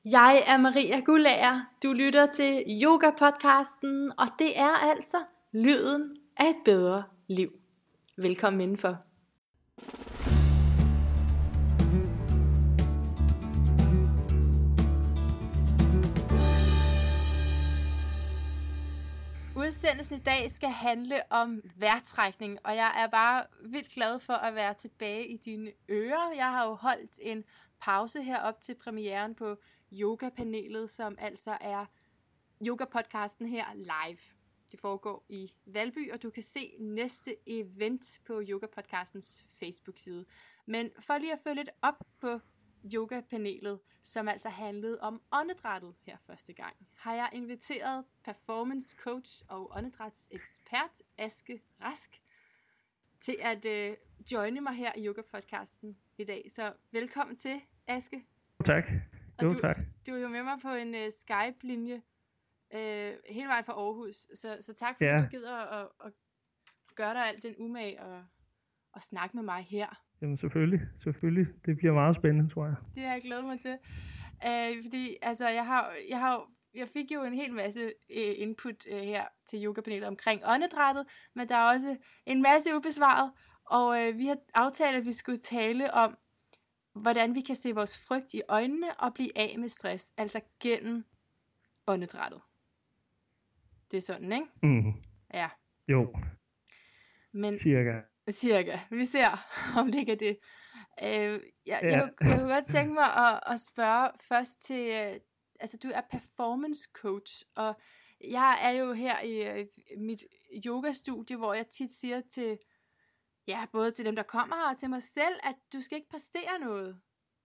Jeg er Maria Guldager. Du lytter til Yoga-podcasten, og det er altså lyden af et bedre liv. Velkommen indenfor. Udsendelsen i dag skal handle om vejrtrækning, og jeg er bare vildt glad for at være tilbage i dine ører. Jeg har jo holdt en pause herop til premieren på Yoga-panelet, som altså er Yoga-podcasten her live. Det foregår i Valby, og du kan se næste event på Yoga-podcastens Facebook-side. Men for lige at følge lidt op på Yoga-panelet, som altså handlede om åndedrættet her første gang, har jeg inviteret performance coach og åndedrætsekspert Aske Rask til at joine mig her i Yoga-podcasten i dag. Så velkommen til, Aske. Tak. Jo, tak. Du er jo med mig på en Skype-linje hele vejen fra Aarhus, så tak fordi du gider at gøre dig alt den umage og snakke med mig her. Jamen selvfølgelig. Det bliver meget spændende, tror jeg. Det har jeg glædet mig til. Fordi altså, jeg fik jo en hel masse input her til yogapanelet omkring åndedrættet, men der er også en masse ubesvaret, og vi har aftalt, at vi skulle tale om, hvordan vi kan se vores frygt i øjnene og blive af med stress, altså gennem åndedrættet. Det er sådan, ikke? Mm. Ja. Jo. Men Cirka. Vi ser, om det ikke er det. Jeg kunne godt tænke mig at spørge først til, altså du er performance coach, og jeg er jo her i mit yogastudie, hvor jeg tit siger til, både til dem, der kommer her, og til mig selv, at du skal ikke præstere noget.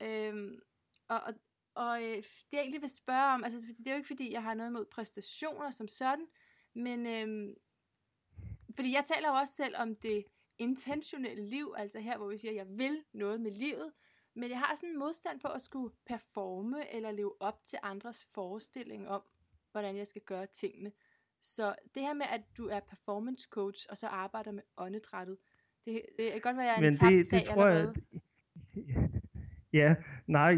Og det jeg egentlig vil spørge om, altså det er jo ikke fordi, jeg har noget imod præstationer som sådan, men fordi jeg taler jo også selv om det intentionelle liv, altså her, hvor vi siger, at jeg vil noget med livet, men jeg har sådan en modstand på at skulle performe eller leve op til andres forestilling om, hvordan jeg skal gøre tingene. Så det her med, at du er performance coach, og så arbejder med åndedrættet, det kan godt være, at jeg er en tabt sag eller noget. Ja, nej,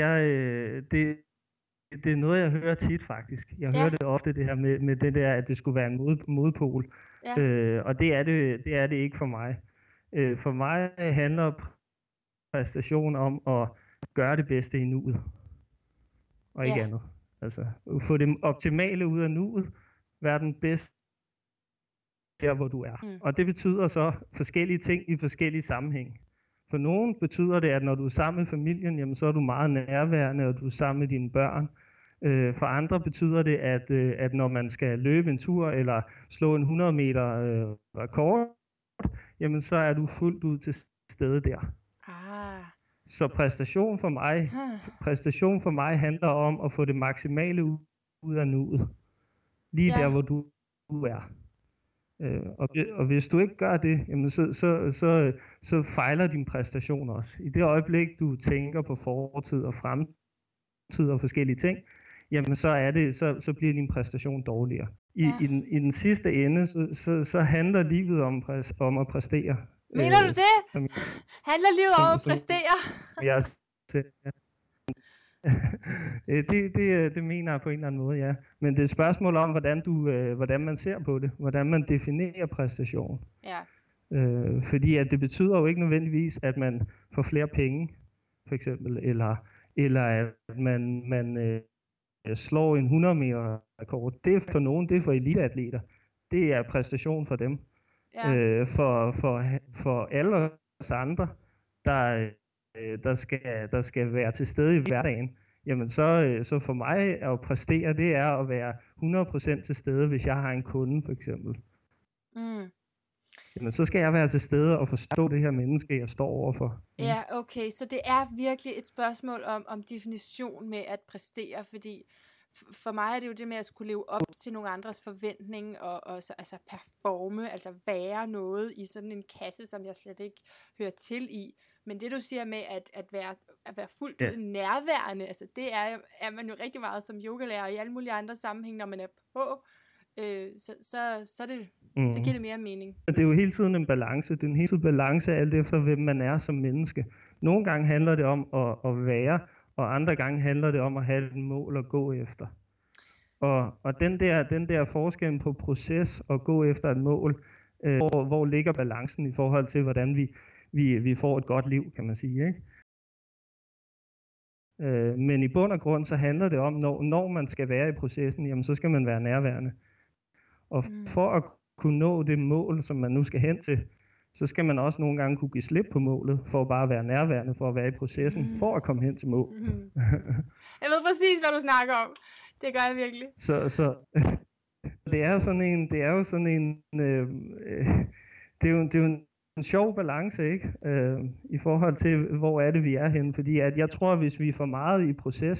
det er noget, jeg hører tit faktisk. Jeg hører det ofte, det her med det der, at det skulle være en modpol. Ja. Og det er det ikke for mig. For mig handler præstation om at gøre det bedste i nuet. Og ikke andet. Altså, få det optimale ud af nuet. Være den bedste der, hvor du er. Og det betyder så forskellige ting i forskellige sammenhæng. For nogen betyder det, at når du er sammen med familien, jamen, så er du meget nærværende, og du er sammen med dine børn. For andre betyder det, at når man skal løbe en tur, eller slå en 100 meter rekord, jamen så er du fuldt ud til stede der. Så præstation for mig handler om at få det maksimale ud af nuet. Lige der, hvor du er. Og hvis du ikke gør det, jamen så fejler din præstation også. I det øjeblik, du tænker på fortid og fremtid og forskellige ting, jamen så bliver din præstation dårligere. I den sidste ende, så handler livet om at præstere. Mener du det? Handler livet om at præstere? Det mener jeg på en eller anden måde, ja. Men det er et spørgsmål om, hvordan man ser på det, hvordan man definerer præstation. Ja. Fordi at det betyder jo ikke nødvendigvis, at man får flere penge, for eksempel, eller at man slår en 100 meter rekord. Det er for nogen, det er for eliteatleter. Det er præstation for dem. Ja. For alle os andre, der skal være til stede i hverdagen, jamen så for mig at præstere, det er at være 100% til stede, hvis jeg har en kunde for eksempel. Jamen så skal jeg være til stede og forstå det her menneske, jeg står overfor. Ja, okay, så det er virkelig et spørgsmål om definition med at præstere, fordi for mig er det jo det med at skulle leve op til nogle andres forventning og så, altså performe, altså være noget i sådan en kasse, som jeg slet ikke hører til i. Men det du siger med at være fuldt ud nærværende, altså det er man jo rigtig meget som yogalærer i alle mulige andre sammenhæng, når man er på, så giver det mere mening. Det er jo hele tiden en balance. Det er en hele tiden balance alt efter, hvem man er som menneske. Nogle gange handler det om at være og andre gange handler det om at have et mål at gå efter. Og den der forskel på proces og gå efter et mål, hvor ligger balancen i forhold til, hvordan vi får et godt liv, kan man sige, ikke? Men i bund og grund, så handler det om, når man skal være i processen, jamen så skal man være nærværende. Og for at kunne nå det mål, som man nu skal hen til, så skal man også nogle gange kunne give slip på målet, for at bare være nærværende, for at være i processen, for at komme hen til mål. Jeg ved præcis, hvad du snakker om. Det gør jeg virkelig. Så det er jo en sjov balance, ikke? I forhold til, hvor er det, vi er henne. Fordi at jeg tror, hvis vi er for meget i proces,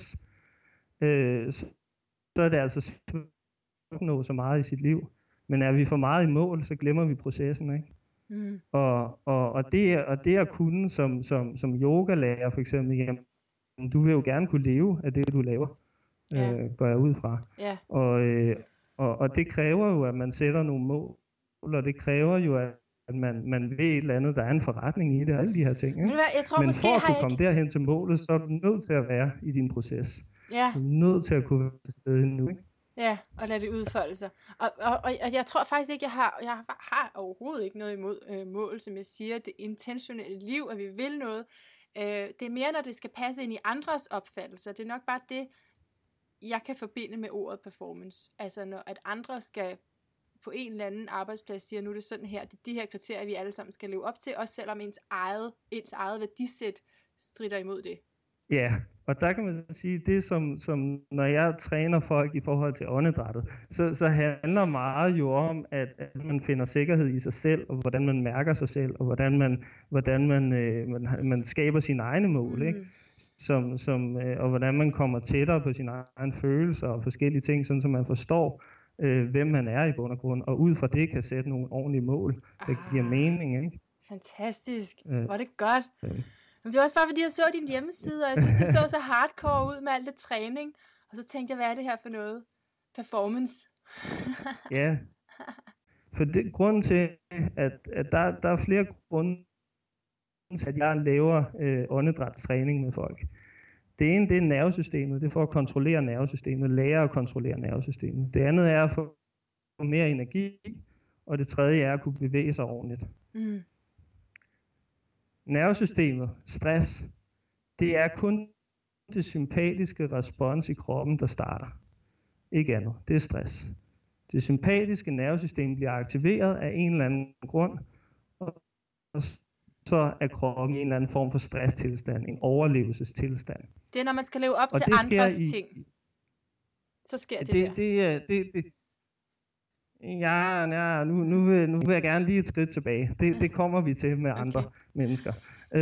så er det altså svært at nå så meget i sit liv. Men er vi for meget i mål, så glemmer vi processen, ikke? Og det at kunne som yogalærer for eksempel, jamen, du vil jo gerne kunne leve af det, du laver, går jeg ud fra. Og det kræver jo, at man sætter nogle mål, og det kræver jo, at man ved et eller andet, der er en forretning i det, og alle de her ting. Ikke? Jeg tror, men for at kunne komme derhen til målet, så er du nødt til at være i din proces. Ja. Du er nødt til at kunne være til stede nu. Ikke? Ja, og lade det udfolde sig. Og jeg tror faktisk ikke, jeg har overhovedet ikke noget imod mål, som jeg siger, det intentionelle liv, at vi vil noget. Det er mere, når det skal passe ind i andres opfattelser. Det er nok bare det, jeg kan forbinde med ordet performance. Altså når at andre skal på en eller anden arbejdsplads siger, nu er det sådan her, det er de her kriterier, vi alle sammen skal leve op til, også selvom ens eget værdisæt strider imod det. Ja, og der kan man sige, det som når jeg træner folk i forhold til åndedrættet, så handler meget jo om, at man finder sikkerhed i sig selv, og hvordan man mærker sig selv, og hvordan man skaber sine egne mål, ikke? Og hvordan man kommer tættere på sine egne følelser og forskellige ting, sådan så man forstår, hvem man er i bund og grund, og ud fra det kan sætte nogle ordentlige mål, der giver mening, ikke? Fantastisk. Hvor er det godt. Men det var også bare, fordi jeg så din hjemmeside, og jeg synes, det så hardcore ud med alt det træning, og så tænkte jeg, hvad er det her for noget? Performance. Ja. For det, grunden til, at der er flere grunde til, at jeg laver åndedrætstræning med folk. Det ene, det er nervesystemet. Det er for at kontrollere nervesystemet, lære at kontrollere nervesystemet. Det andet er at få mere energi, og det tredje er at kunne bevæge sig ordentligt. Nervesystemet, stress, det er kun det sympatiske respons i kroppen, der starter. Ikke andet. Det er stress. Det sympatiske nervesystem bliver aktiveret af en eller anden grund, og så er kroppen i en eller anden form for stresstilstand, en overlevelsestilstand. Det er, når man skal leve op til andres ting. Så sker det der. Nu vil jeg gerne lige et skridt tilbage. Det kommer vi til med andre mennesker.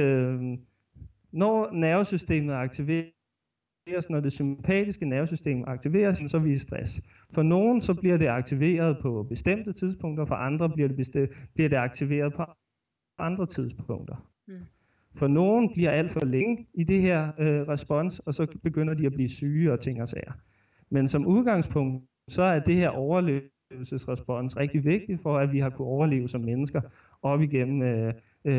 Når nervesystemet aktiveres, når det sympatiske nervesystem aktiveres, så er vi i stress. For nogen så bliver det aktiveret på bestemte tidspunkter, for andre bliver det aktiveret på andre tidspunkter. For nogen bliver alt for længe i det her respons, og så begynder de at blive syge og ting og sager. Men som udgangspunkt, så er det her overlevelsesrespons rigtig vigtigt for, at vi har kunnet overleve som mennesker op igennem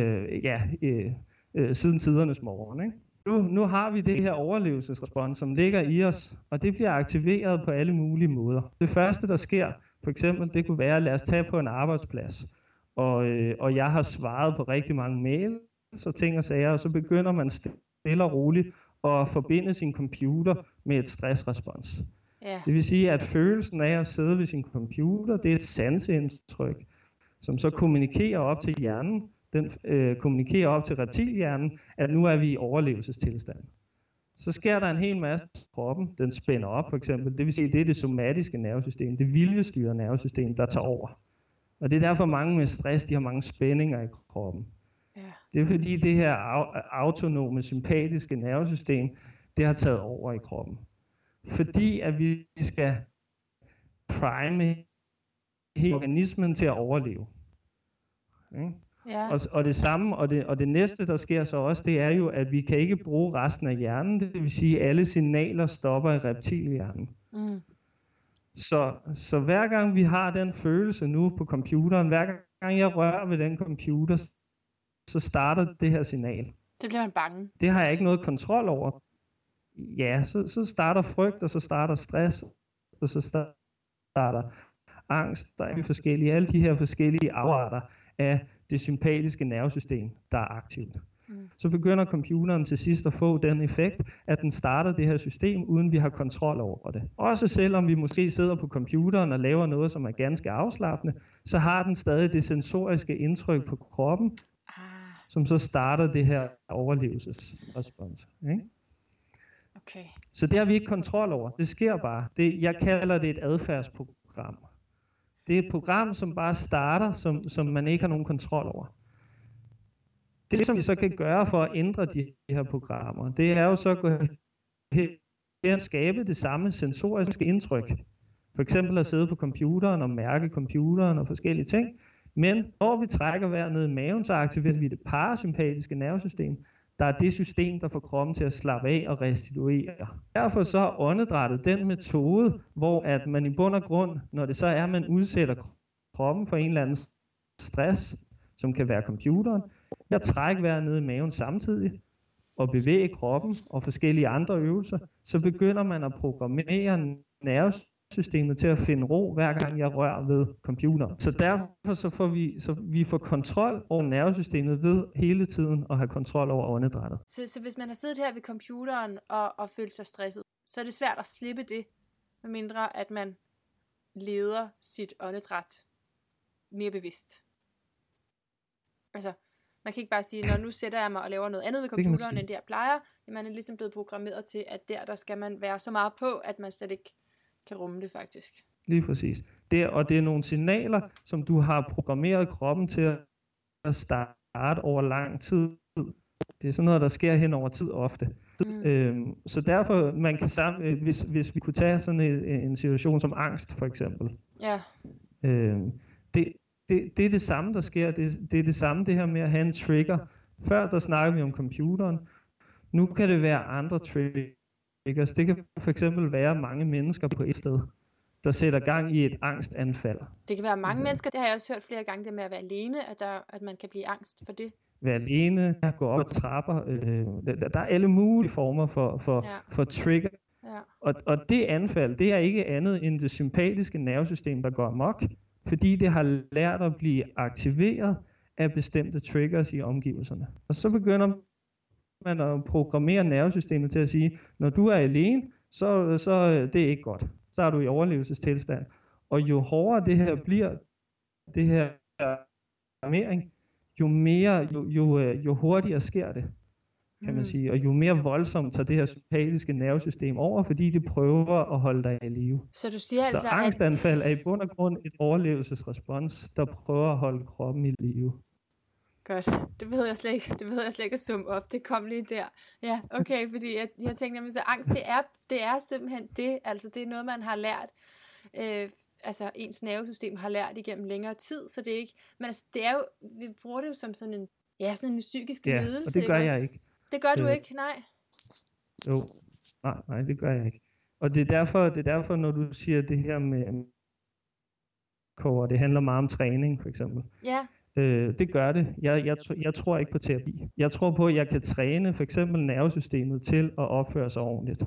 siden tidernes morgen. Ikke? Nu har vi det her overlevelsesrespons, som ligger i os, og det bliver aktiveret på alle mulige måder. Det første, der sker, for eksempel, det kunne være, lad os tage på en arbejdsplads, og jeg har svaret på rigtig mange mails og ting og sager, og så begynder man stille og roligt at forbinde sin computer med et stressrespons. Yeah. Det vil sige, at følelsen af at sidde ved sin computer, det er et sanseindtryk, som så kommunikerer op til hjernen. Den kommunikerer op til reptilhjernen, at nu er vi i overlevelsestilstand. Så sker der en hel masse i kroppen, den spænder op for eksempel. Det vil sige, det er det somatiske nervesystem, det viljestyrede nervesystem, der tager over. Og det er derfor mange med stress, de har mange spændinger i kroppen. Yeah. Det er fordi det her autonome, sympatiske nervesystem, det har taget over i kroppen. Fordi at vi skal prime hele organismen til at overleve. Okay? Yeah. Og det samme, og det næste, der sker så også, det er jo, at vi kan ikke bruge resten af hjernen. Det vil sige, at alle signaler stopper i reptilhjernen. Så hver gang vi har den følelse nu på computeren, hver gang jeg rører ved den computer, så starter det her signal. Det bliver man bange. Det har jeg ikke noget kontrol over. ja, så starter frygt, og så starter stress, og så starter angst. Der er forskellige, alle de her forskellige afarter af det sympatiske nervesystem, der er aktivt. Så begynder computeren til sidst at få den effekt, at den starter det her system, uden vi har kontrol over det. Også selvom vi måske sidder på computeren og laver noget, som er ganske afslappende, så har den stadig det sensoriske indtryk på kroppen, som så starter det her overlevelsesrespons. Ikke? Okay. Så det har vi ikke kontrol over. Det sker bare. Jeg kalder det et adfærdsprogram. Det er et program, som bare starter, som man ikke har nogen kontrol over. Det, som vi så kan gøre for at ændre de her programmer, det er jo så at gå hen og skabe det samme sensoriske indtryk. For eksempel at sidde på computeren og mærke computeren og forskellige ting. Men når vi trækker vejret ned i maven, så aktiverer vi det parasympatiske nervesystem. Der er det system, der får kroppen til at slappe af og restituere. Derfor så er åndedrættet den metode, hvor at man i bund og grund, når det så er, at man udsætter kroppen for en eller anden stress, som kan være computeren, jeg trækker vejret ned i maven samtidig, og bevæge kroppen og forskellige andre øvelser, så begynder man at programmere nervesystemet til at finde ro, hver gang jeg rører ved computeren. Så derfor så vi får kontrol over nervesystemet ved hele tiden at have kontrol over åndedrættet. Så hvis man har siddet her ved computeren og følt sig stresset, så er det svært at slippe det, medmindre at man leder sit åndedræt mere bevidst. Altså, man kan ikke bare sige, når nu sætter jeg mig og laver noget andet ved computeren, end det jeg plejer. Man er ligesom blevet programmeret til, at der skal man være så meget på, at man slet ikke kan rumme det faktisk. Lige præcis. Det er nogle signaler, som du har programmeret kroppen til at starte over lang tid. Det er sådan noget, der sker hen over tid ofte. Så derfor, man kan hvis vi kunne tage sådan en situation som angst, for eksempel. Ja. Det er det samme, der sker. Det er det samme, det her med at have en trigger. Før der snakkede vi om computeren. Nu kan det være andre triggers. Det kan for eksempel være mange mennesker på et sted, der sætter gang i et angstanfald. Det kan være mange mennesker. Det har jeg også hørt flere gange, det med at være alene, at man kan blive angst for det. Være alene, gå op ad trapper. Der er alle mulige former for trigger. Ja. Og det anfald, det er ikke andet end det sympatiske nervesystem, der går amok, fordi det har lært at blive aktiveret af bestemte triggers i omgivelserne. Og så begynder man at programmere nervesystemet til at sige, når du er alene, så det er ikke godt. Så er du i overlevelsestilstand. Og jo hårdere det her bliver, det her programmering, jo hurtigere sker det, kan man sige. Og jo mere voldsomt tager det her sympatiske nervesystem over, fordi det prøver at holde dig i live. Så du siger altså, så angstanfald er i bund og grund et overlevelsesrespons, der prøver at holde kroppen i live. Godt. Det ved jeg slet ikke at summe op. Det kom lige der. Ja, okay, fordi jeg tænkte nemlig, så angst, det er simpelthen det. Altså, det er noget, man har lært. Altså, ens nervesystem har lært igennem længere tid, så det er ikke... Men altså, det er jo... Vi bruger det jo som sådan en psykisk lidelse. Ja, og det gør jeg ikke. Det gør du ikke, nej. Jo, nej, det gør jeg ikke. Og det er derfor, når du siger det her med koger, det handler meget om træning, for eksempel. Ja. Det gør det. Jeg tror ikke på terapi. Jeg tror på, at jeg kan træne for eksempel nervesystemet til at opføre sig ordentligt.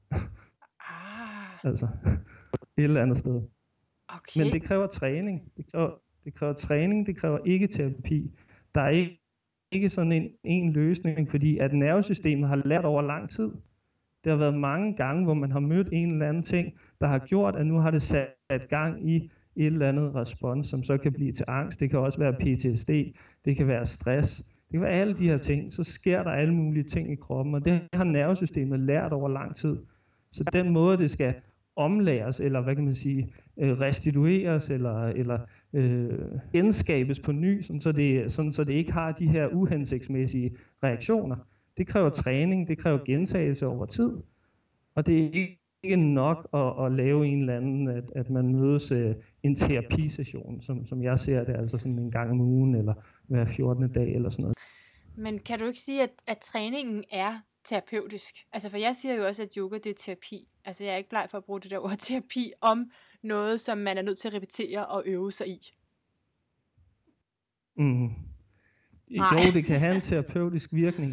Altså, et eller andet sted. Okay. Men det kræver træning. Det kræver træning, det kræver ikke terapi. Der er ikke sådan en løsning, fordi at nervesystemet har lært over lang tid. Det har været mange gange, hvor man har mødt en eller anden ting, der har gjort, at nu har det sat gang i et eller andet respons, som så kan blive til angst. Det kan også være PTSD, det kan være stress, det kan være alle de her ting. Så sker der alle mulige ting i kroppen, og det har nervesystemet lært over lang tid. Så den måde, det skal omlæres, eller hvad kan man sige, restitueres, eller genskabes på ny, så det ikke har de her uhensigtsmæssige reaktioner. Det kræver træning, det kræver gentagelse over tid, og det er ikke nok at lave en eller anden, at man mødes en terapisession, som jeg ser det, altså sådan en gang om ugen, eller hver 14. dag, eller sådan noget. Men kan du ikke sige, at træningen er terapeutisk? Altså, for jeg siger jo også, at yoga, det er terapi. Altså, jeg er ikke bleg for at bruge det der ord terapi om noget, som man er nødt til at repetere og øve sig i. Jo, det kan have en terapeutisk virkning.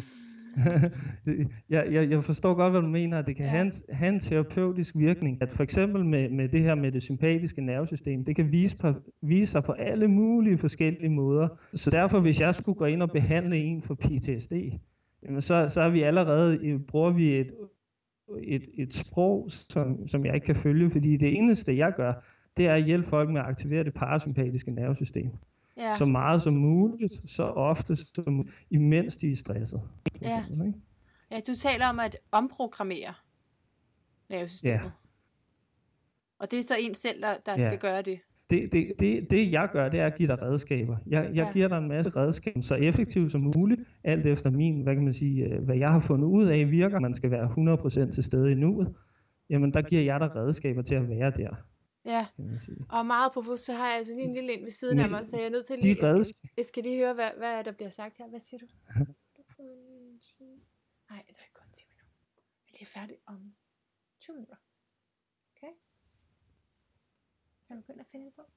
Jeg forstår godt, hvad du mener, at det kan Ja. have en terapeutisk virkning. At for eksempel med det her med det sympatiske nervesystem, det kan vise sig på alle mulige forskellige måder. Så derfor, hvis jeg skulle gå ind og behandle en for PTSD, jamen så er vi allerede, bruger vi et sprog, som jeg ikke kan følge, fordi det eneste, jeg gør, det er at hjælpe folk med at aktivere det parasympatiske nervesystem. Ja. Så meget som muligt, så ofte som imens de er stresset. Ja. Ja, du taler om at omprogrammere nervesystemet. Ja. Og det er så en selv, der skal gøre det. Det jeg gør, det er at give dig redskaber. Jeg giver dig en masse redskaber, så effektivt som muligt, alt efter hvad jeg har fundet ud af virker, man skal være 100% til stede i nuet. Jamen der giver jeg dig redskaber til at være der. Ja, og meget apropos, så har jeg altså lige en lille ind ved siden af mig, så jeg er nødt til lige, jeg skal lige høre, hvad der bliver sagt her. Hvad siger du? Nej, det er kun 10 minutter. Men det er færdigt om 20 minutter. Okay? Kan du begynde at finde det på?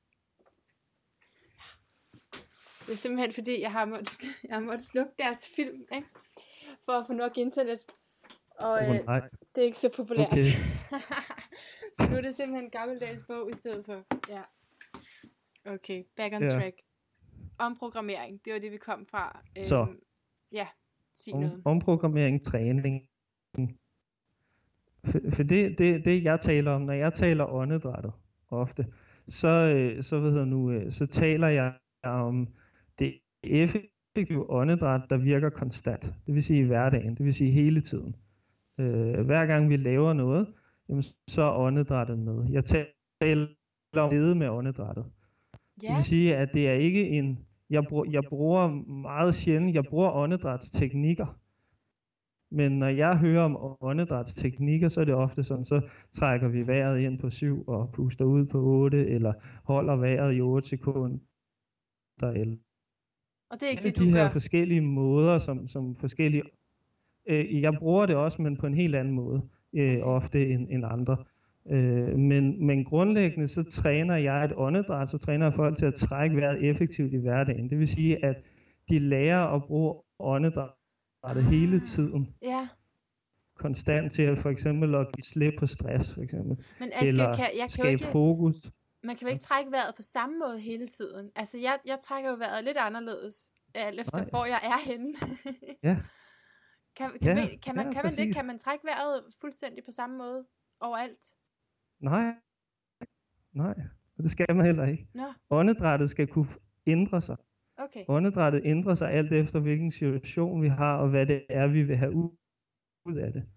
Det er simpelthen fordi, jeg har måttet slukke deres film, ikke? For at få nok internet. Og det er ikke så populært. Okay. Så nu er det simpelthen en gammeldags bog i stedet for. Ja. Okay, back on track. Omprogrammering, det var det vi kom fra. Ja, sig noget. Omprogrammering, træning. For det jeg taler om, når jeg taler åndedrættet ofte, så taler jeg om det effektive åndedræt, der virker konstant. Det vil sige i hverdagen, det vil sige hele tiden. Hver gang vi laver noget, jamen, så er åndedrættet med. Jeg taler om lede med åndedrættet. Yeah. Det vil sige, at det er ikke jeg bruger meget sjældent, jeg bruger åndedrætsteknikker. Men når jeg hører om åndedrætsteknikker, så er det ofte sådan, så trækker vi vejret ind på 7 og puster ud på 8, eller holder vejret i 8 sekunder. Eller og det er ikke det, du gør? De her gør. forskellige måder, som forskellige... Jeg bruger det også, men på en helt anden måde, ofte end andre. Men grundlæggende så træner jeg et åndedræt, så træner jeg folk til at trække vejret effektivt i hverdagen. Det vil sige, at de lærer at bruge åndedrættet hele tiden. Ja. Konstant til at for eksempel at give slip på stress, for eksempel. Men Aske, eller skabe fokus. Man kan jo ikke trække vejret på samme måde hele tiden. Altså jeg trækker jo vejret lidt anderledes, alt efter hvor jeg er henne. Ja. Kan man trække vejret fuldstændig på samme måde overalt? Nej, det skal man heller ikke. Nå. Åndedrættet skal kunne ændre sig. Okay. Åndedrættet ændrer sig alt efter hvilken situation vi har, og hvad det er, vi vil have ud af det.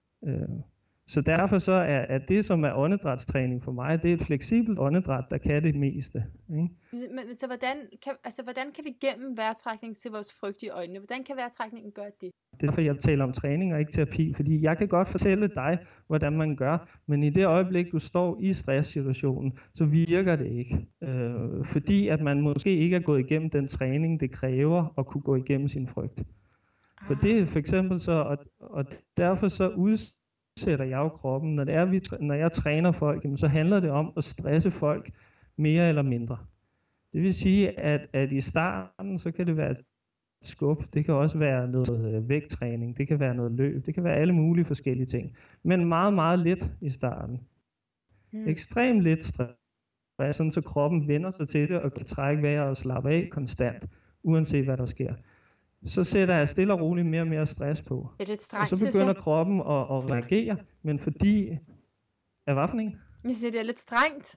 Så derfor så er det, som er åndedrætstræning for mig, det er et fleksibelt åndedræt, der kan det meste. Ikke? Men så hvordan kan vi gennem vejrtrækning se vores frygt i øjnene? Hvordan kan vejrtrækningen gøre det? Det er derfor, jeg taler om træning og ikke terapi, fordi jeg kan godt fortælle dig, hvordan man gør, men i det øjeblik, du står i stresssituationen, så virker det ikke. Fordi at man måske ikke er gået igennem den træning, det kræver at kunne gå igennem sin frygt. For det er for eksempel så, og derfor så udsætter jeg jo kroppen, når jeg træner folk, jamen, så handler det om at stresse folk mere eller mindre. Det vil sige, at i starten, så kan det være et skub, det kan også være noget vægttræning, det kan være noget løb, det kan være alle mulige forskellige ting. Men meget, meget let i starten. Ekstremt let stress, sådan så kroppen vender sig til det og kan trække vejret og slappe af konstant, uanset hvad der sker. Så sætter jeg stille og roligt mere og mere stress på. Er det strengt, og så begynder kroppen at reagere, men fordi... Hvad for en? Jeg siger, det er lidt strengt.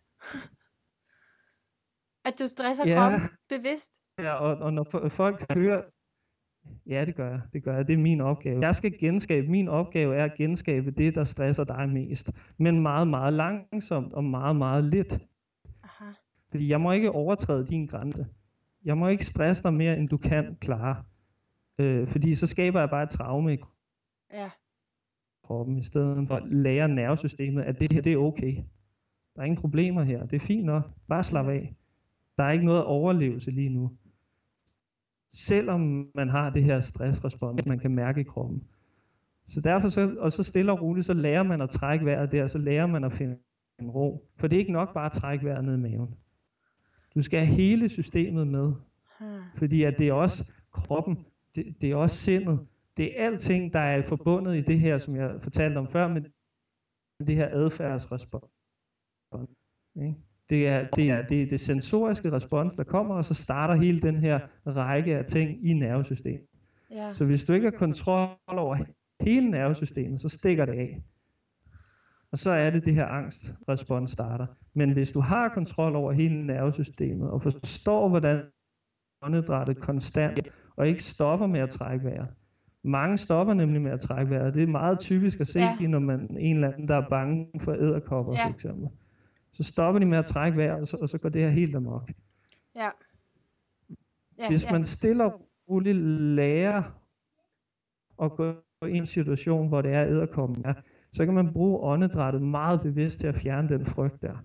At du stresser kroppen bevidst. Ja, og når folk hører... Ja, det gør jeg. Det er min opgave. Jeg skal genskabe. Min opgave er at genskabe det, der stresser dig mest. Men meget, meget langsomt og meget, meget let. Aha. Fordi jeg må ikke overtræde din grænse. Jeg må ikke stresse dig mere, end du kan klare. Fordi så skaber jeg bare et traume i kroppen, i stedet for at lære nervesystemet, at det her, det er okay. Der er ingen problemer her. Det er fint nok. Bare slap af. Der er ikke noget overlevelse lige nu. Selvom man har det her stressrespons, man kan mærke i kroppen. Så derfor så stille og roligt, så lærer man at trække vejret der, så lærer man at finde en ro. For det er ikke nok bare at trække vejret ned i maven. Du skal have hele systemet med. Fordi at det er også kroppen, det er også sindet, det er alting, der er forbundet i det her, som jeg fortalte om før, med det her adfærdsrespons. Ikke? Det er det sensoriske respons, der kommer, og så starter hele den her række af ting i nervesystemet. Ja. Så hvis du ikke har kontrol over hele nervesystemet, så stikker det af. Og så er det her angstrespons starter. Men hvis du har kontrol over hele nervesystemet, og forstår, hvordan åndedrættet konstant, og ikke stopper med at trække vejret. Mange stopper nemlig med at trække vejret. Det er meget typisk at se, når man en eller anden, der er bange for edderkopper, for eksempel. Så stopper de med at trække vejret, og så går det her helt amok. Ja. Hvis man stille og roligt lærer at gå i en situation, hvor det er edderkoppen er, så kan man bruge åndedrættet meget bevidst til at fjerne den frygt der.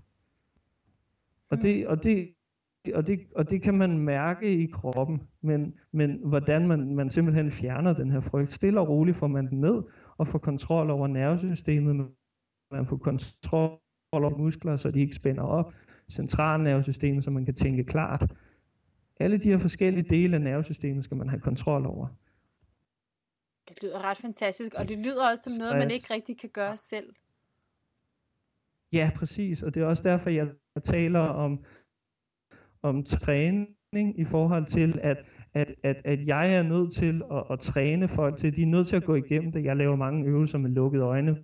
Og det kan man mærke i kroppen, men hvordan man simpelthen fjerner den her frygt. Stille og roligt får man den ned, og får kontrol over nervesystemet, man får kontrol over muskler, så de ikke spænder op, centralnervesystemet, så man kan tænke klart. Alle de her forskellige dele af nervesystemet skal man have kontrol over. Det lyder ret fantastisk, og det lyder også som noget, man ikke rigtig kan gøre selv. Ja, præcis, og det er også derfor, jeg taler om træning i forhold til, at jeg er nødt til at træne folk til, de er nødt til at gå igennem det. Jeg laver mange øvelser med lukkede øjne,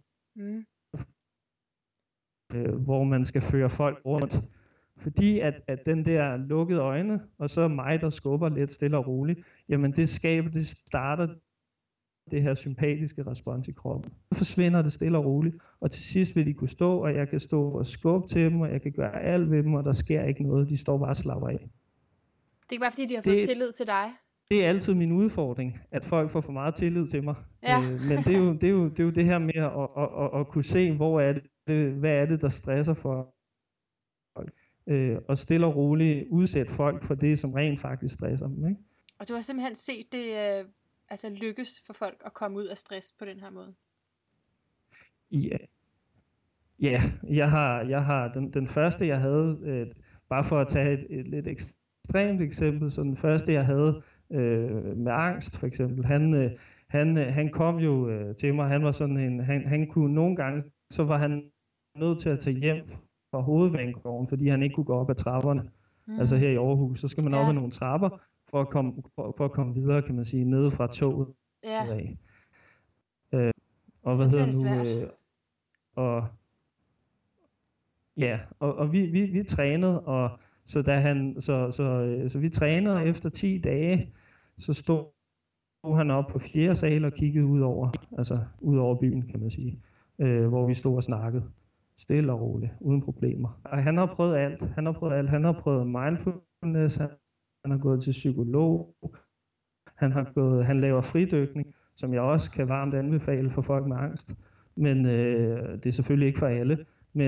hvor man skal føre folk rundt. Fordi at den der lukkede øjne, og så mig, der skubber lidt stille og roligt, jamen det starter det her sympatiske respons i kroppen. Så forsvinder det stille og roligt, og til sidst vil de kunne stå, og jeg kan stå og skubbe til dem, og jeg kan gøre alt ved dem, og der sker ikke noget. De står bare og slapper af. Det er bare fordi, de har fået tillid til dig. Det er altid min udfordring, at folk får for meget tillid til mig. Ja. Men det er jo det her med at kunne se, hvad er det, der stresser for folk. Og stille og roligt udsætte folk for det, som rent faktisk stresser dem. Ikke? Og du har simpelthen set det lykkes for folk at komme ud af stress på den her måde? Ja, jeg har den første, jeg havde, bare for at tage et lidt ekstremt eksempel, så den første, jeg havde med angst, for eksempel, han kom jo til mig, han var sådan han kunne nogle gange, så var han nødt til at tage hjem fra Hovedbanegården, fordi han ikke kunne gå op ad trapperne. Altså her i Aarhus, så skal man op ad nogle trapper, for at komme videre, kan man sige, nede fra toget. Ja. Og hvad hedder nu? Og vi trænede, og så da han så vi trænede, og efter 10 dage, så stod han op på 4. sal og kiggede ud over byen, kan man sige, hvor vi stod og snakkede stille og roligt, uden problemer. Og han har prøvet alt. Han har prøvet mindfulness, han har gået til psykolog, han laver fridykning, som jeg også kan varmt anbefale for folk med angst. Men det er selvfølgelig ikke for alle.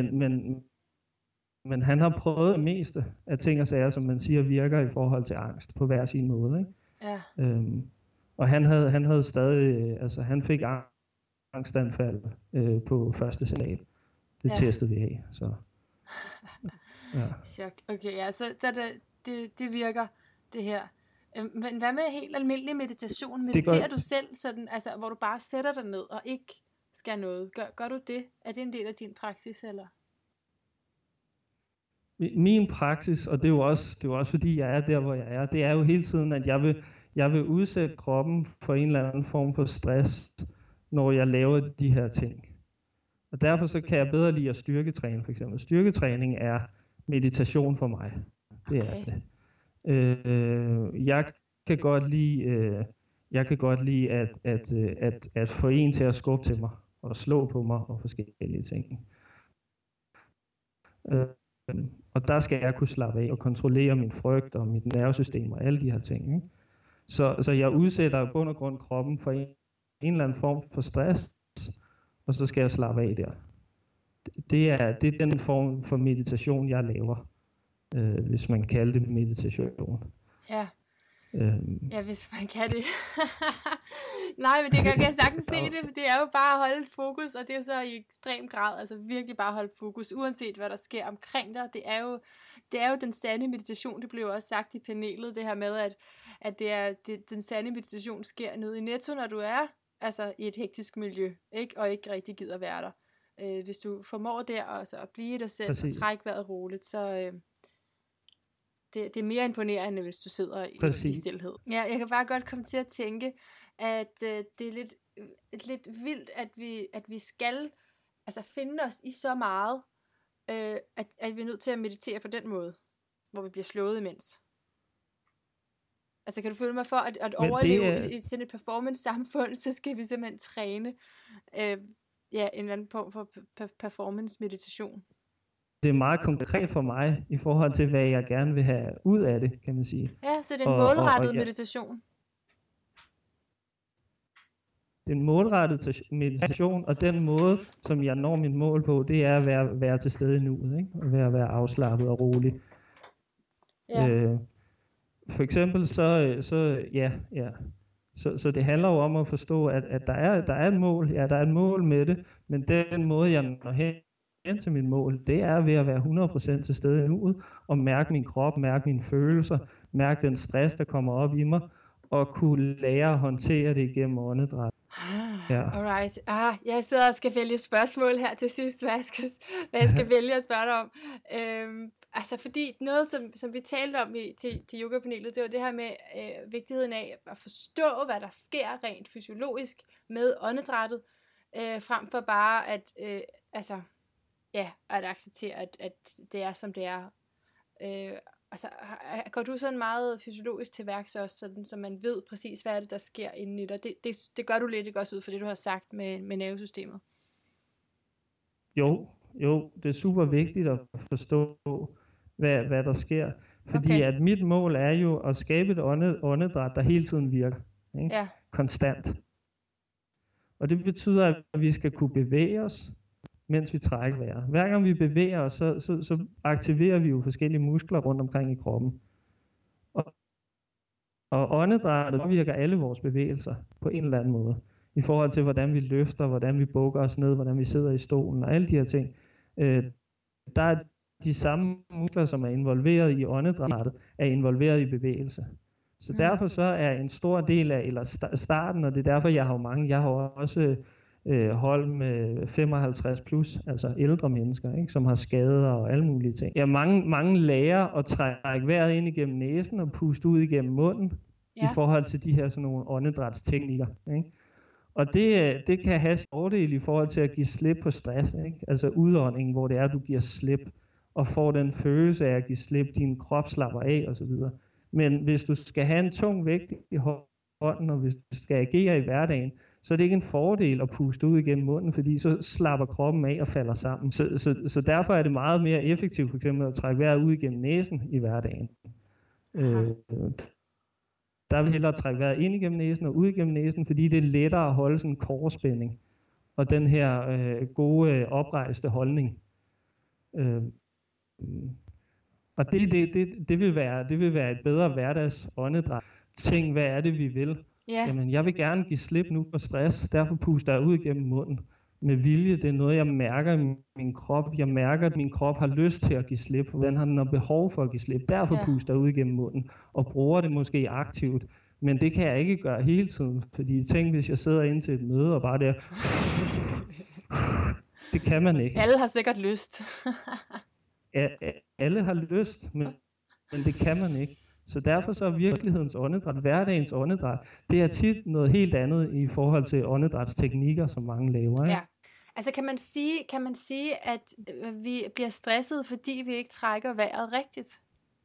Men han har prøvet det meste af ting og sager, som man siger virker i forhold til angst på hver sin måde. Ikke? Ja. Og han havde stadig, han fik angstanfald på 1. sal. Det testede vi af. Så. Ja. Chok. Okay, ja, så det virker, det her. Men hvad med helt almindelig meditation? Mediterer du selv, sådan, hvor du bare sætter dig ned og ikke skal noget? Gør du det? Er det en del af din praksis, eller? Min praksis, og det er jo også fordi jeg er der, hvor jeg er, det er jo hele tiden, at jeg vil udsætte kroppen for en eller anden form for stress, når jeg laver de her ting. Og derfor så kan jeg bedre lide at styrketræne, for eksempel. Styrketræning er meditation for mig. Det er det. Jeg kan godt lide at få en til at skubbe til mig og slå på mig og forskellige ting. Og der skal jeg kunne slappe af og kontrollere min frygt og mit nervesystem og alle de her ting. Ikke? Så jeg udsætter i bund og grund kroppen for en eller anden form for stress, og så skal jeg slappe af der. Det er den form for meditation, jeg laver, hvis man kalder det meditation. Ja, Ja, hvis man kan det. Nej, men det kan jeg sagtens se det, for det er jo bare at holde et fokus, og det er jo så i ekstrem grad, altså virkelig bare at holde fokus, uanset hvad der sker omkring dig. Det er jo den sande meditation, det blev også sagt i panelet, det her med, at den sande meditation sker nede i Netto, når du er altså i et hektisk miljø, ikke? Og ikke rigtig gider være der. Hvis du formår der altså, at blive dig selv og trække vejret roligt, så det er mere imponerende, hvis du sidder i stilhed. Ja, jeg kan bare godt komme til at tænke, at det er lidt vildt, at vi skal altså finde os i så meget, at vi er nødt til at meditere på den måde, hvor vi bliver slået imens. Altså kan du følge mig for, at overleve i sådan et performance-samfund, så skal vi simpelthen træne en eller anden form for performance-meditation. Det er meget konkret for mig, i forhold til, hvad jeg gerne vil have ud af det, kan man sige. Ja, så det er en målrettet meditation. Det er en målrettet meditation, og den måde, som jeg når mit mål på, det er at være til stede i nuet, ikke? Og være afslappet og rolig. Ja. For eksempel så det handler jo om at forstå, at der er et mål. Ja, der er et mål med det, men den måde, jeg når hen til mit mål, det er ved at være 100% til stede i nuet, og mærke min krop, mærke mine følelser, mærke den stress, der kommer op i mig, og kunne lære at håndtere det igennem åndedræt. Ja. Alright. Jeg sidder og skal vælge spørgsmål her til sidst, hvad jeg skal vælge at spørge dig om. Altså fordi noget, som vi talte om til yogapanelet, det var det her med vigtigheden af at forstå, hvad der sker rent fysiologisk med åndedrættet, frem for bare at acceptere, at det er, som det er. Altså, går du sådan meget fysiologisk til værks også, sådan, så man ved præcis, hvad er det, der sker inde i dig? Det gør du lidt, ikke også ud for det, du har sagt med nervesystemet? Jo, det er super vigtigt at forstå, hvad der sker. Fordi at mit mål er jo at skabe et åndedræt, der hele tiden virker. Ikke? Ja. Konstant. Og det betyder, at vi skal kunne bevæge os, mens vi trækker vejret. Hver gang vi bevæger os, så aktiverer vi jo forskellige muskler rundt omkring i kroppen. Og åndedrættet påvirker alle vores bevægelser på en eller anden måde. I forhold til, hvordan vi løfter, hvordan vi bukker os ned, hvordan vi sidder i stolen og alle de her ting. Der er de samme muskler, som er involveret i åndedrættet, er involveret i bevægelse. Så derfor så er en stor del af, eller starten, og det er derfor, jeg har også hold med 55 plus, altså ældre mennesker, ikke, som har skader og alle mulige ting. Ja, mange lærer at trække vejret ind igennem næsen og puste ud igennem munden, i forhold til de her sådan nogle åndedrætsteknikker, ikke? Og det kan have fordel i forhold til at give slip på stress, ikke? Altså udånding, hvor det er, at du giver slip og får den følelse af at give slip, din krop slapper af osv. Men hvis du skal have en tung vægt i hånden, og hvis du skal agere i hverdagen, så er det ikke en fordel at puste ud igennem munden, fordi så slapper kroppen af og falder sammen. Så derfor er det meget mere effektivt for eksempel at trække vejret ud igennem næsen i hverdagen. Der vil hellere trække vejret ind igennem næsen og ud igennem næsen, fordi det er lettere at holde sådan en kårspænding og den her gode oprejste holdning. Og det vil være et bedre hverdags åndedræt. Tænk, hvad er det, vi vil? Yeah. Jamen, jeg vil gerne give slip nu for stress, derfor puster jeg ud gennem munden. Med vilje, det er noget, jeg mærker i min krop. Jeg mærker, at min krop har lyst til at give slip. Den har noget behov for at give slip. Derfor puster jeg ud gennem munden og bruger det måske aktivt. Men det kan jeg ikke gøre hele tiden, fordi tænk, hvis jeg sidder inde til et møde og bare der... Det kan man ikke. Alle har sikkert lyst. Ja, alle har lyst, men det kan man ikke. Så derfor så er virkelighedens åndedræt, hverdagens åndedræt, det er tit noget helt andet i forhold til åndedrætsteknikker, som mange laver. Ikke? Ja. Altså kan man sige, at vi bliver stresset, fordi vi ikke trækker vejret rigtigt?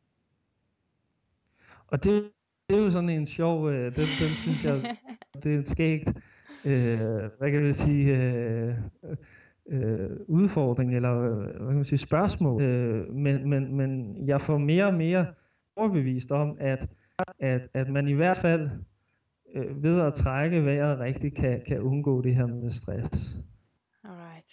Og det er jo sådan en sjov, den synes jeg, det er et skægt, hvad kan vi sige, udfordring, eller hvad kan man sige, spørgsmål. Men jeg får mere og mere overbevist om, at man i hvert fald ved at trække vejret rigtigt kan undgå det her med stress. Alright.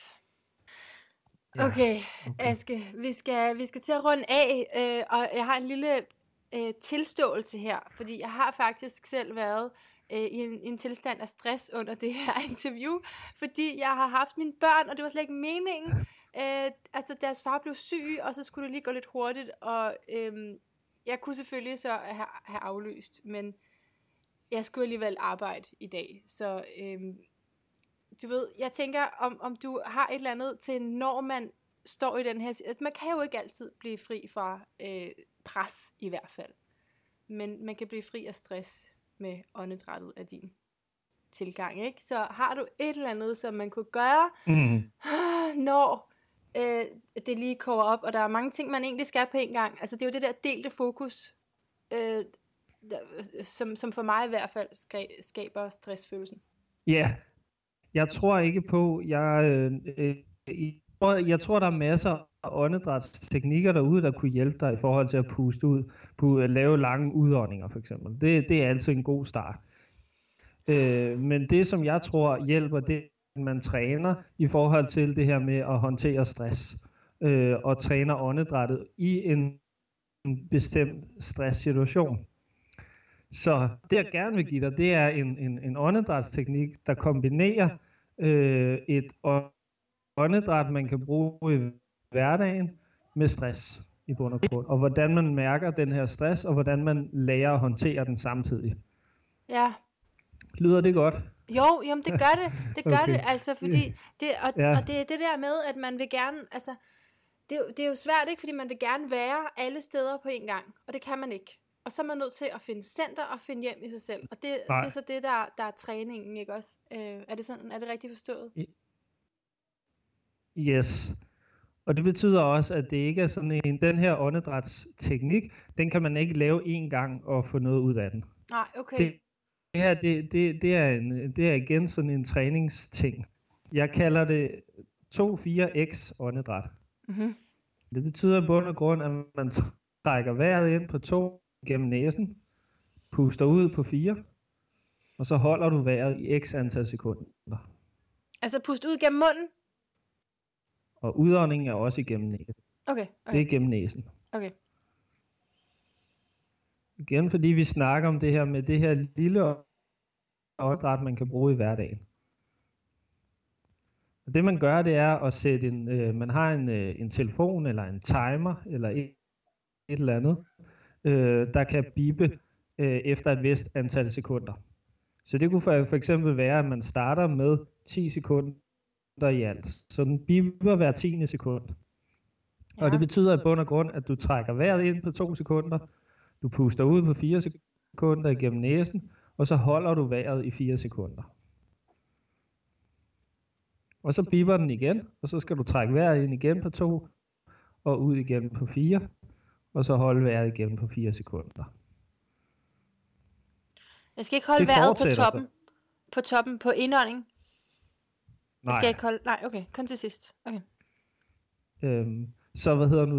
Okay, Aske, vi skal til at runde af, og jeg har tilståelse her, fordi jeg har faktisk selv været i en tilstand af stress under det her interview, fordi jeg har haft mine børn, og det var slet ikke meningen. Altså deres far blev syg, og så skulle det lige gå lidt hurtigt, og jeg kunne selvfølgelig så have aflyst, men jeg skulle alligevel arbejde i dag, så du ved, jeg tænker, om du har et eller andet til, når man står i den her, altså man kan jo ikke altid blive fri fra pres i hvert fald, men man kan blive fri af stress med åndedrættet af din tilgang, ikke? Så har du et eller andet, som man kunne gøre, når det lige koger op, og der er mange ting, man egentlig skal på en gang. Altså det er jo det der delte fokus, som for mig i hvert fald skaber stressfølelsen. Ja, jeg tror ikke på, jeg tror, der er masser af åndedrætsteknikker derude, der kunne hjælpe dig i forhold til at puste ud, at lave lange udåndinger for eksempel. Det er altid en god start. Men det, som jeg tror hjælper, det er, at man træner i forhold til det her med at håndtere stress, og træner åndedrættet i en bestemt stresssituation. Så det, jeg gerne vil give dig, det er en åndedrætsteknik, der kombinerer et åndedræt, man kan bruge i hverdagen med stress i bund og grund, og hvordan man mærker den her stress, og hvordan man lærer at håndtere den samtidig. Ja. Lyder det godt? Jo, jamen det gør det. Det gør Okay. det, altså, fordi og det er det der med, at man vil gerne, altså, det er jo svært, ikke, fordi man vil gerne være alle steder på en gang, og det kan man ikke. Og så er man nødt til at finde center og finde hjem i sig selv, og det er så det, der er træningen, ikke også? Er det sådan, er det rigtigt forstået? Yes. Og det betyder også, at det ikke er sådan den her åndedrætsteknik, den kan man ikke lave én gang og få noget ud af den. Nej, okay. Det her, det er igen sådan en træningsting. Jeg kalder det 2-4x åndedræt. Mm-hmm. Det betyder i bund og grund, at man trækker vejret ind på 2 gennem næsen, puster ud på 4, og så holder du vejret i x antal sekunder. Altså pust ud gennem munden? Og udåndingen er også igennem næsen. Okay. Det er gennem næsen. Okay. Igen fordi vi snakker om det her med det her lille åndedræt, man kan bruge i hverdagen. Og det man gør, det er at sætte man har en telefon eller en timer eller et eller andet, der kan bippe efter et vist antal sekunder. Så det kunne for eksempel være, at man starter med 10 sekunder i alt. Så den bipper hver 10. sekund. Ja. Og det betyder i bund og grund, at du trækker vejret ind på 2 sekunder, du puster ud på 4 sekunder igennem næsen, og så holder du vejret i 4 sekunder. Og så bipper den igen, og så skal du trække vejret ind igen på 2, og ud igen på 4, og så holde vejret igen på 4 sekunder. Jeg skal ikke holde vejret på toppen. På toppen på indånding. Nej. Jeg skal ikke holde. Nej, okay, kun til sidst. Okay. Så hvad hedder nu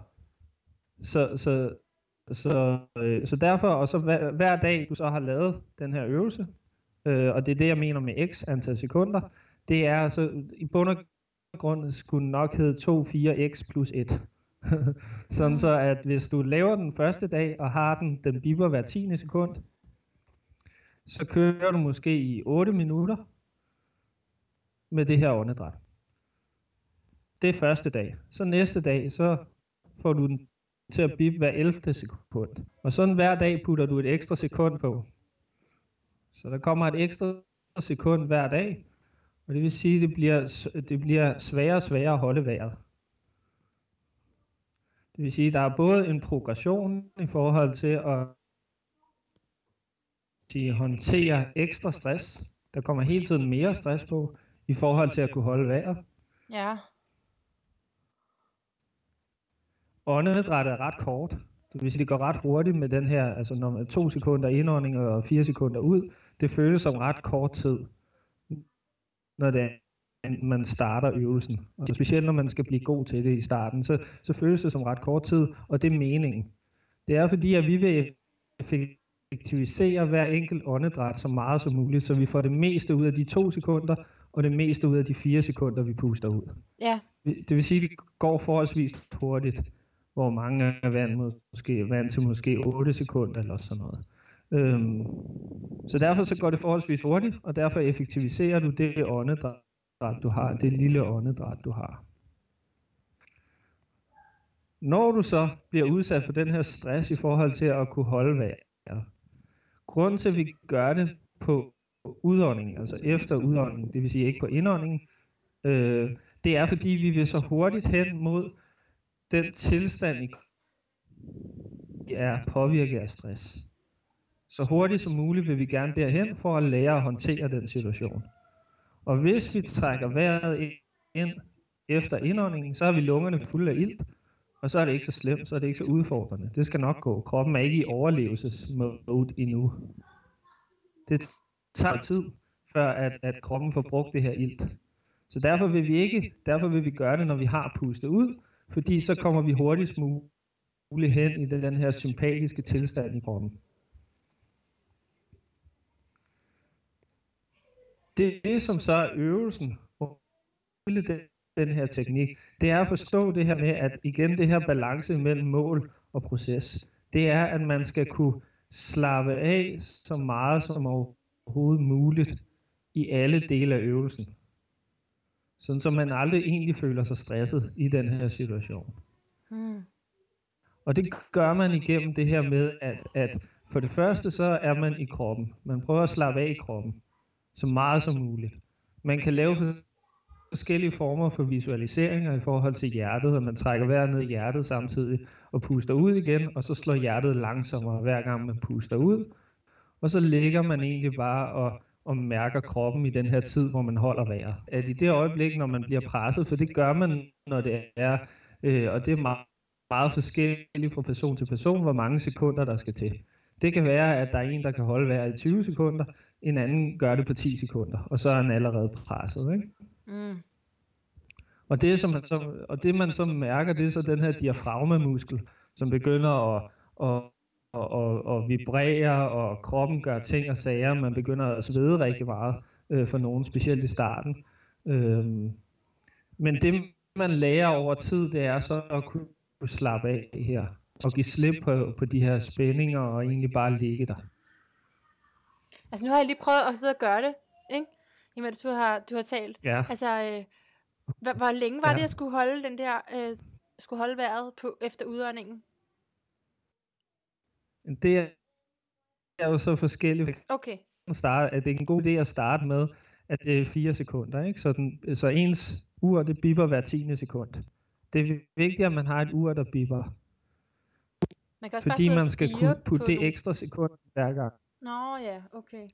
så derfor, og så hver dag du så har lavet den her øvelse, og det er det jeg mener med x antal sekunder, det er så i bund og grund skulle nok hedde 2-4x plus 1. Sådan så at hvis du laver den første dag og har den bipper hver 10. sekund, så kører du måske i 8 minutter med det her åndedræt. Det er første dag. Så næste dag, så får du den til at bippe hver 11. sekund. Og sådan hver dag putter du et ekstra sekund på. Så der kommer et ekstra sekund hver dag, og det vil sige, at det bliver sværere og sværere at holde vejret. Det vil sige, at der er både en progression i forhold til at håndtere ekstra stress. Der kommer hele tiden mere stress på, i forhold til at kunne holde vejret. Ja. Åndedrættet er ret kort. Det vil sige, det går ret hurtigt med den her, altså når man 2 sekunder indånding og 4 sekunder ud. Det føles som ret kort tid, når man starter øvelsen. Og specielt når man skal blive god til det i starten, så føles det som ret kort tid, og det er meningen. Det er fordi, at vi vil effektivisere hver enkelt åndedræt så meget som muligt, så vi får det meste ud af de 2 sekunder, og det meste ud af de 4 sekunder, vi puster ud. Ja. Det vil sige, at det går forholdsvis hurtigt. hvor mange er vant til måske 8 sekunder eller sådan noget. Så derfor så går det forholdsvis hurtigt, og derfor effektiviserer du det åndedræt, du har, det lille åndedræt, du har. Når du så bliver udsat for den her stress i forhold til at kunne holde vejret, grunden til, at vi gør det på udåndingen, altså efter udåndingen, det vil sige ikke på indåndingen, det er fordi, vi vil så hurtigt hen mod den tilstand, I er påvirket af stress. Så hurtigt som muligt vil vi gerne derhen for at lære at håndtere den situation. Og hvis vi trækker vejret ind efter indåndingen, så har vi lungerne fulde af ilt, og så er det ikke så slemt, så er det ikke så udfordrende. Det skal nok gå. Kroppen er ikke i overlevelsesmode endnu. Det tager tid, før at kroppen får brugt det her ilt. Så derfor vil vi gøre det, når vi har pustet ud, fordi så kommer vi hurtigst muligt hen i den her sympatiske tilstand i kroppen. Det som så er øvelsen, den her teknik, det er at forstå det her med, at igen det her balance mellem mål og proces, det er, at man skal kunne slappe af så meget som overhovedet muligt i alle dele af øvelsen. Sådan så man aldrig egentlig føler sig stresset i den her situation. Og det gør man igennem det her med, at for det første så er man i kroppen. Man prøver at slappe af i kroppen så meget som muligt. Man kan lave forskellige former for visualiseringer i forhold til hjertet, og man trækker vejret ned i hjertet samtidig og puster ud igen, og så slår hjertet langsommere hver gang man puster ud. Og så ligger man egentlig bare og mærker kroppen i den her tid, hvor man holder vejret. At i det øjeblik, når man bliver presset, for det gør man, når det er, og det er meget, meget forskelligt fra person til person, hvor mange sekunder der skal til. Det kan være, at der er en, der kan holde vejret i 20 sekunder, en anden gør det på 10 sekunder, og så er han allerede presset, ikke? Og det man så mærker, det er så den her diafragmamuskel, som begynder at vibrere, og kroppen gør ting og sager. Man begynder at svede rigtig meget for nogen, specielt i starten. Men det man lærer over tid, det er så at kunne slappe af her og give slip på de her spændinger og egentlig bare ligge der. Altså nu har jeg lige prøvet at sidde og gøre det, ikke? Imens du har talt. Ja. Altså, hvor længe var det, jeg skulle holde den der, skulle holde vejret på efter udåndingen? Det er jo så forskelligt. Okay. At det er en god idé at starte med, at det er 4 sekunder, ikke? Så ens ur, det bipper hver 10. sekund. Det er vigtigt, at man har et ur, der bipper. Man kan også fordi bare man skal kunne putte det ekstra sekund hver gang. Nå ja, okay.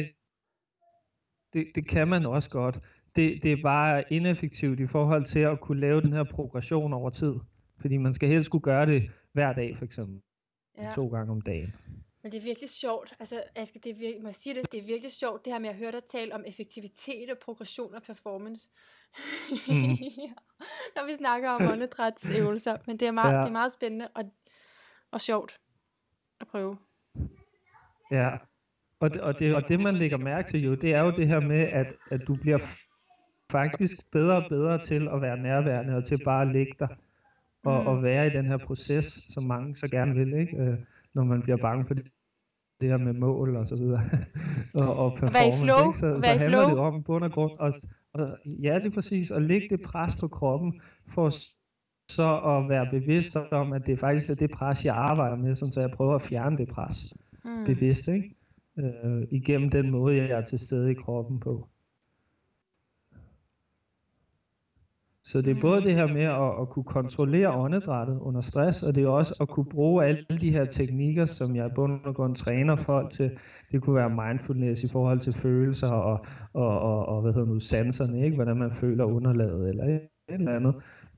Det kan man også godt. Det er bare ineffektivt i forhold til at kunne lave den her progression over tid. Fordi man skal helst kunne gøre det hver dag, for eksempel. Ja. 2 gange om dagen. Men det er virkelig sjovt. Altså, Aske, det er virkelig sjovt, det her med at høre dig tale om effektivitet og progression og performance. Når vi snakker om åndedrætsøvelser. Men det er meget spændende og sjovt at prøve. Ja. Og det man lægger mærke til jo, det er jo det her med, at du bliver faktisk bedre og bedre til at være nærværende og til bare at ligge der og være i den her proces, som mange så gerne vil, ikke? Når man bliver bange for det her med mål og så videre. og performance, ikke? Så handler det om bund og grund. Ja, det er præcis. At lægge det pres på kroppen for så at være bevidst om, at det faktisk er det pres, jeg arbejder med, så jeg prøver at fjerne det pres bevidst, ikke? Igennem den måde, jeg er til stede i kroppen på. Så det er både det her med at kunne kontrollere åndedrættet under stress, og det er også at kunne bruge alle de her teknikker, som jeg i bund og grund træner folk til. Det kunne være mindfulness i forhold til følelser og sanserne, ikke? Hvordan man føler underlaget eller et eller andet.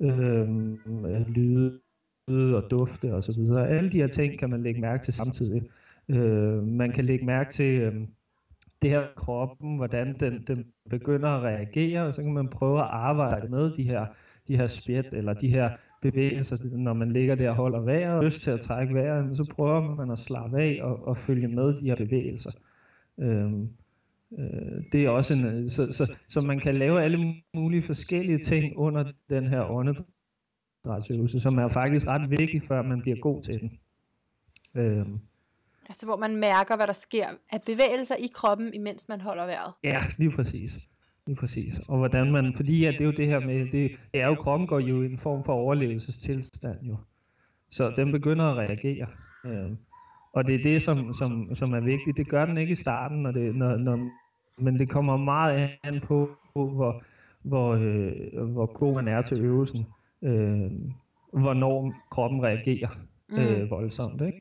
Lyde og dufte og så videre. Alle de her ting kan man lægge mærke til samtidig. Man kan lægge mærke til det her kroppen, hvordan den begynder at reagere, og så kan man prøve at arbejde med de her spjæt eller de her bevægelser, når man ligger der og holder vejret og lyst til at trække vejret, så prøver man at slappe af og følge med de her bevægelser. Det er også så man kan lave alle mulige forskellige ting under den her åndedrætsøvelse, som er faktisk ret vigtig, før man bliver god til den. Altså hvor man mærker, hvad der sker af bevægelser i kroppen, imens man holder vejret. Ja, lige præcis. Lige præcis. Og hvordan man, fordi det er jo det her med, det er jo, kroppen går jo i en form for overlevelsestilstand jo. Så den begynder at reagere. Og det er det, som er vigtigt. Det gør den ikke i starten, men det kommer meget an på, hvor god man er til øvelsen. Hvornår kroppen reagerer voldsomt, ikke?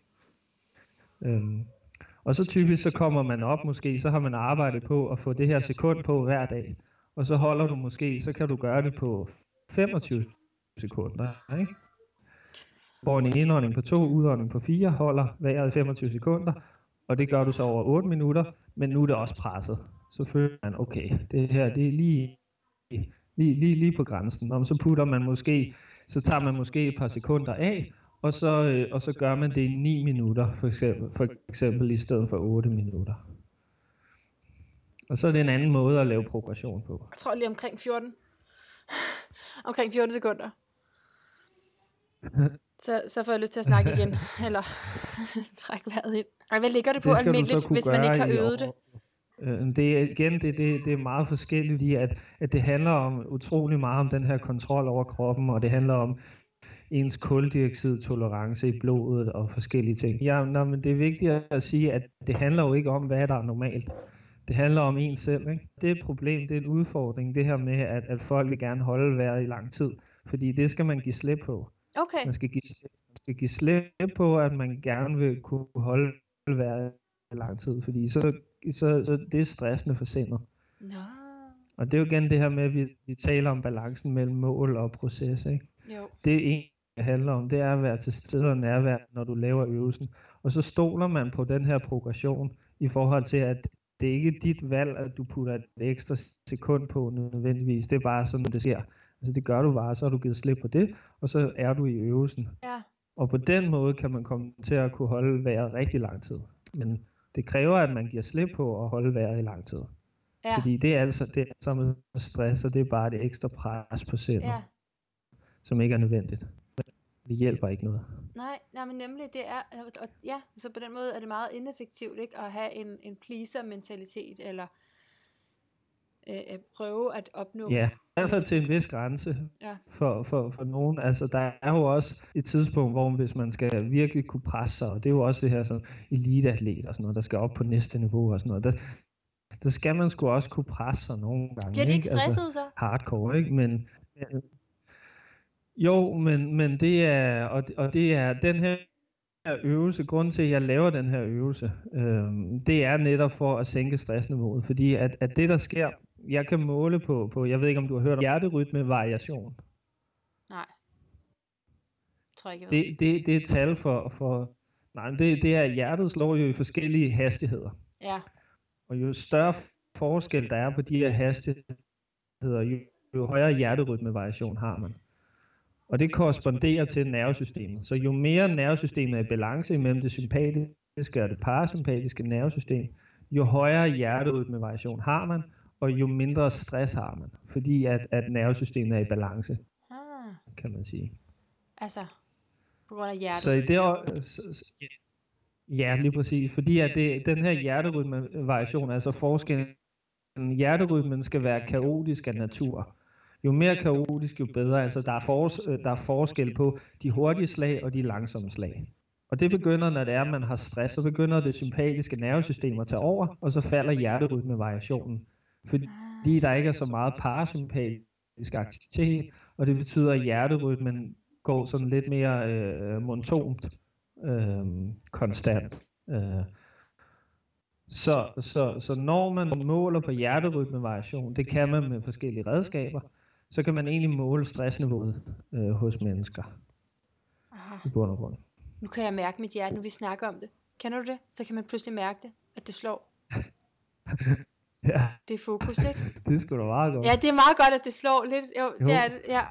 Og så typisk så kommer man op måske, så har man arbejdet på at få det her sekund på hver dag. Og så holder du måske, så kan du gøre det på 25 sekunder, ikke? Hvor en indånding på 2, udånding på 4, holder vejret i 25 sekunder, og det gør du så over 8 minutter, men nu er det også presset. Så føler man, okay, det her, det er lige på grænsen. Og så putter man måske, så tager man måske et par sekunder af, og så gør man det i 9 minutter, for eksempel i stedet for 8 minutter. Og så er det en anden måde at lave progression på. Jeg tror lige omkring 14 sekunder. Så får jeg lyst til at snakke igen, eller trække vejret ind. Og hvad ligger det på almindeligt, hvis man ikke har øvet det? Det er meget forskelligt i, at det handler om utrolig meget om den her kontrol over kroppen, og det handler om ens kuldioxidtolerance i blodet og forskellige ting. Men det er vigtigt at sige, at det handler jo ikke om, hvad der er normalt. Det handler om en selv, ikke? Det er et problem, det er en udfordring, det her med, at folk vil gerne holde vejret i lang tid. Fordi det skal man give slip på. Okay. Man skal give slip på, at man gerne vil kunne holde vejret i lang tid. Fordi så det er stressende for sindet. No. Og det er jo igen det her med, at vi taler om balancen mellem mål og proces, ikke? Jo. Det handler om, det er at være til stede og nærvær, når du laver øvelsen. Og så stoler man på den her progression i forhold til, at det er ikke dit valg, at du putter et ekstra sekund på nødvendigvis. Det er bare sådan, det sker. Altså det gør du bare, så har du givet slip på det, og så er du i øvelsen. Ja. Og på den måde kan man komme til at kunne holde vejret rigtig lang tid. Men det kræver, at man giver slip på at holde vejret i lang tid. Ja. Fordi det er som stress, og det er bare det ekstra pres på sindet, som ikke er nødvendigt. Det hjælper ikke noget. Nej, men nemlig det er, og ja, så på den måde er det meget ineffektivt, ikke, at have en pleaser-mentalitet, eller at prøve at opnå. Ja, i hvert fald til en vis grænse for nogen. Altså der er jo også et tidspunkt, hvor hvis man skal virkelig kunne presse sig, og det er jo også det her som eliteatlet og sådan noget, der skal op på næste niveau og sådan noget, der skal man sgu også kunne presse sig nogle gange. Bliver det ikke stresset så? Hardcore, ikke? Men jo, men det er, og det er den her øvelse, grunden til at jeg laver den her øvelse, det er netop for at sænke stressniveauet, fordi at det der sker, jeg kan måle på, jeg ved ikke om du har hørt om hjerterytme-variation. Nej. Tror jeg ikke. Det er et tal for nej, det er, hjertet slår jo i forskellige hastigheder. Ja. Og jo større forskel der er på de her hastigheder, jo højere hjerterytme-variation har man. Og det korresponderer til nervesystemet. Så jo mere nervesystemet er i balance mellem det sympatiske og det parasympatiske nervesystem, jo højere hjerterytme-variation har man, og jo mindre stress har man. Fordi at nervesystemet er i balance, kan man sige. Altså, på grund af hjertet? Så i det ja, lige præcis. Fordi at den her hjerterytme-variation, altså forskellen, hjerterytmen skal være kaotisk af natur. Jo mere kaotisk, jo bedre. Altså der er forskel på de hurtige slag og de langsomme slag. Og det begynder, når det er, at man har stress, så begynder det sympatiske nervesystem at tage over, og så falder hjerterytme-variationen. Fordi der ikke er så meget parasympatisk aktivitet, og det betyder, at hjerterytmen går sådan lidt mere monotont, konstant. Så når man måler på hjerterytme-variation, det kan man med forskellige redskaber, så kan man egentlig måle stressniveauet hos mennesker. I bund og grund. Nu kan jeg mærke mit hjerte, nu vi snakker om det. Kender du det? Så kan man pludselig mærke det, at det slår. Ja. Det er fokus, ikke? Det er sgu da meget godt. Ja, det er meget godt, at det slår lidt. Jo. Det er det, ja.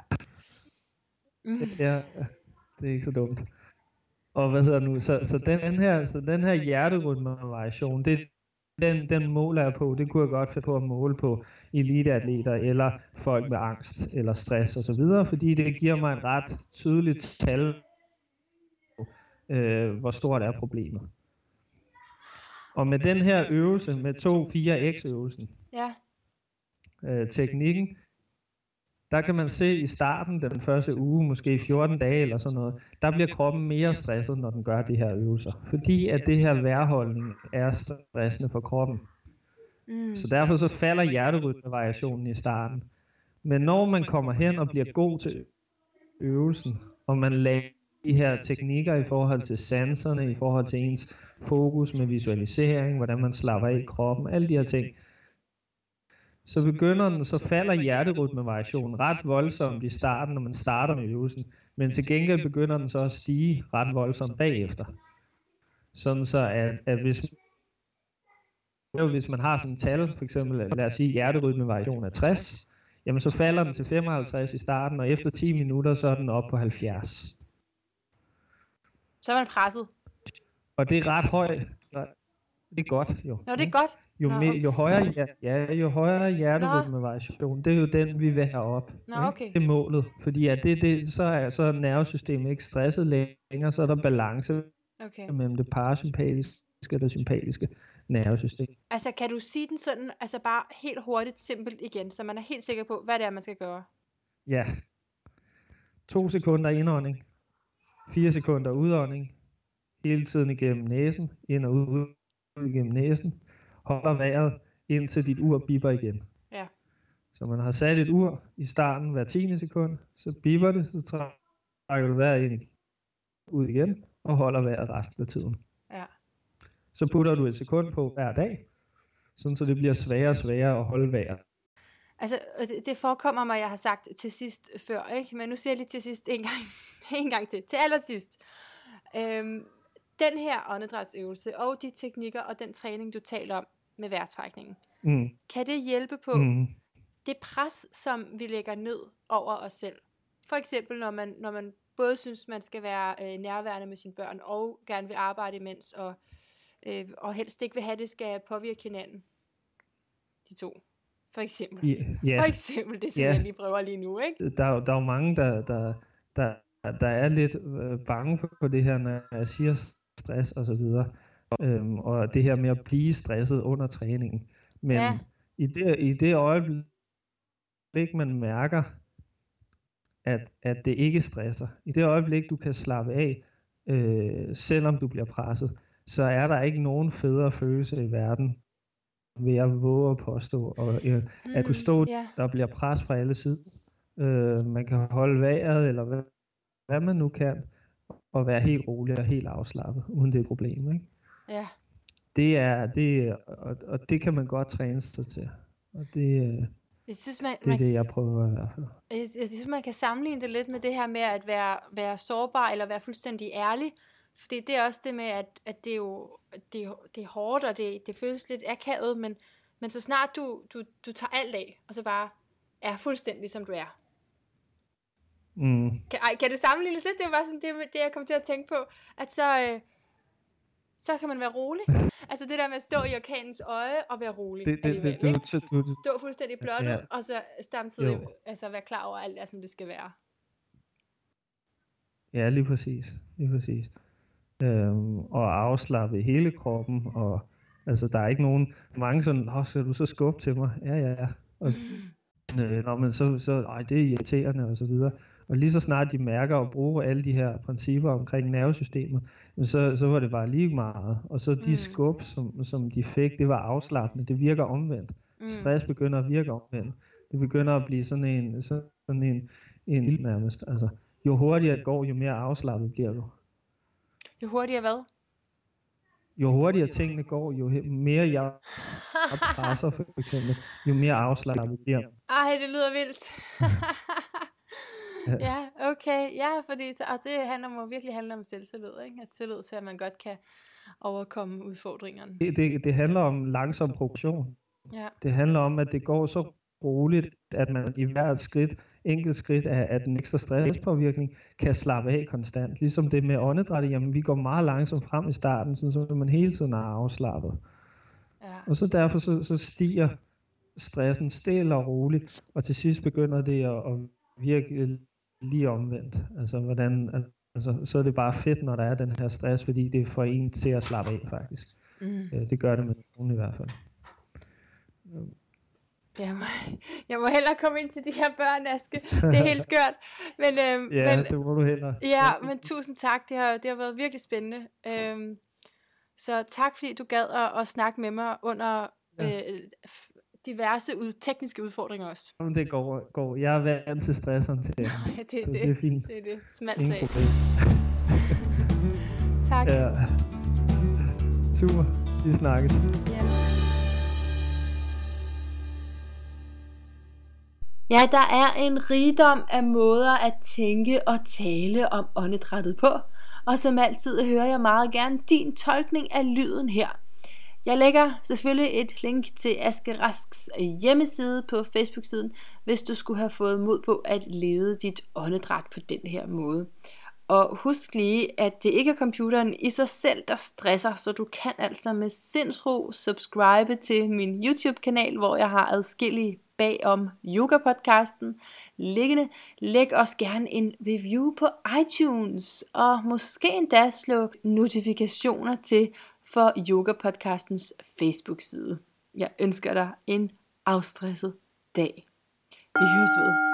Ja, det er ikke så dumt. Og hvad hedder nu? Så den her hjerterytme-variation, det den måler jeg på. Det kunne jeg godt finde på at måle på eliteatleter eller folk med angst eller stress osv., fordi det giver mig et ret tydeligt tal på, hvor stort er problemet. Og med den her øvelse, med 2-4x-øvelsen, teknikken, der kan man se i starten, den første uge, måske 14 dage eller sådan noget, der bliver kroppen mere stresset, når den gør de her øvelser. Fordi at det her vejrholdning er stressende for kroppen. Så derfor så falder hjerterytmevariationen i starten. Men når man kommer hen og bliver god til øvelsen, og man lærer de her teknikker i forhold til sanserne, i forhold til ens fokus med visualisering, hvordan man slapper af i kroppen, alle de her ting, så falder hjerterytmevariationen ret voldsomt i starten, når man starter med øvelsen, men til gengæld begynder den så at stige ret voldsomt bagefter. Sådan så, at hvis man har sådan et tal, for eksempel, lad os sige, hjerterytmevariation er 60, jamen så falder den til 55 i starten, og efter 10 minutter, så er den op på 70. Så er man presset. Og det er ret højt. Det er godt, jo. Nå, det er godt. Jo højere hjerterytmevariation, det er jo den, vi vil have op. Nå, okay. Det er målet, fordi at så er nervesystemet ikke stresset længere, så er der balance mellem det parasympatiske og det sympatiske nervesystem. Altså, kan du sige den sådan, altså bare helt hurtigt, simpelt igen, så man er helt sikker på, hvad det er, man skal gøre? Ja. 2 sekunder indånding, 4 sekunder udånding, hele tiden igennem næsen, ind og ud igennem næsen, holder vejret indtil dit ur bipper igen. Ja. Så man har sat et ur i starten hver 10. sekund, så bipper det, så trækker du vejret ind ud igen, og holder vejret resten af tiden. Ja. Så putter du et sekund på hver dag, sådan så det bliver sværere og sværere at holde vejret. Altså, det forekommer mig, jeg har sagt til sidst før, ikke? Men nu siger jeg lige til sidst en gang til allersidst. Den her åndedrætsøvelse og de teknikker og den træning, du taler om med vejrtrækningen, kan det hjælpe på det pres, som vi lægger ned over os selv? For eksempel, når man både synes, man skal være nærværende med sine børn og gerne vil arbejde imens, og helst ikke vil have, det skal påvirke hinanden. De to. For eksempel. For eksempel, det som jeg lige prøver lige nu, ikke? Der er jo mange, der er lidt bange for det her, når jeg siger stress og så videre. Og det her med at blive stresset under træningen. Men i det øjeblik, man mærker, at det ikke stresser, i det øjeblik, du kan slappe af, selvom du bliver presset, så er der ikke nogen federe følelse i verden, vil jeg våge at påstå. Og at kunne stå, der bliver pres fra alle sider. Man kan holde vejret, eller hvad man nu kan, og være helt rolig og helt afslappet, uden det er et problem, ikke? Ja. Og det kan man godt træne sig til. Og det er det, jeg prøver i hvert fald. Jeg synes, man kan sammenligne det lidt med det her med at være sårbar, eller være fuldstændig ærlig. Fordi det er også det med, at det er jo det er hårdt, og det føles lidt akavet, men så snart du tager alt af, og så bare er fuldstændig som du er. Kan du sammenligne lidt? Det er bare sådan det jeg kom til at tænke på, at så kan man være rolig. Altså det der med at stå i orkanens øje og være rolig alligevel, stå fuldstændig blottet, og så samtidig være klar over, at alt er, som det skal være. Ja, lige præcis. Og afslappe hele kroppen, og altså der er ikke nogen, mange sådan, skal du så skubbe til mig? Ja. Og, men så det er irriterende og så videre. Og lige så snart de mærker at bruge alle de her principper omkring nervesystemet, så var det bare lige meget. Og så de skub, som de fik, det var afslappende. Det virker omvendt. Stress begynder at virke omvendt. Det begynder at blive sådan en nærmest. Altså, jo hurtigere det går, jo mere afslappet bliver du. Jo hurtigere hvad? Jo hurtigere tingene går, jo mere jeg presser for eksempel, jo mere afslappet bliver. Ej, det lyder vildt. Ja, okay. Ja, fordi og det må virkelig handle om selvtillid, ikke? At tillid til, at man godt kan overkomme udfordringerne. Det handler om langsom progression. Ja. Det handler om, at det går så roligt, at man i hvert enkelt skridt af den ekstra stresspåvirkning kan slappe af konstant. Ligesom det med åndedrættet, jamen vi går meget langsomt frem i starten, så man hele tiden er afslappet. Ja. Og så derfor så stiger stressen stille og roligt, og til sidst begynder det at virke lige omvendt. Altså så er det bare fedt, når der er den her stress, fordi det får en til at slappe af faktisk. Det gør det med nogen i hvert fald. Jeg må hellere komme ind til de her børn, Aske. Det er helt skørt. Men, det må du hellere. Ja, men tusind tak. Det har været virkelig spændende. Så tak, fordi du gad at snakke med mig under diverse tekniske udfordringer også. Jamen, det går. Jeg er vant til stresshåndtering. Det er fint. Det er det. Smalt sag. Tak. Ja. Super. Vi snakkes. Ja, der er en rigdom af måder at tænke og tale om åndedrættet på, og som altid hører jeg meget gerne din tolkning af lyden her. Jeg lægger selvfølgelig et link til Aske Rasks hjemmeside på Facebook-siden, hvis du skulle have fået mod på at lede dit åndedræt på den her måde. Og husk lige, at det ikke er computeren i sig selv, der stresser, så du kan altså med sindsro subscribe til min YouTube-kanal, hvor jeg har adskillige bagom yoga-podcasten liggende. Læg også gerne en review på iTunes, og måske endda slå notifikationer til for yoga-podcastens Facebook-side. Jeg ønsker dig en afstresset dag. Vi høres ved.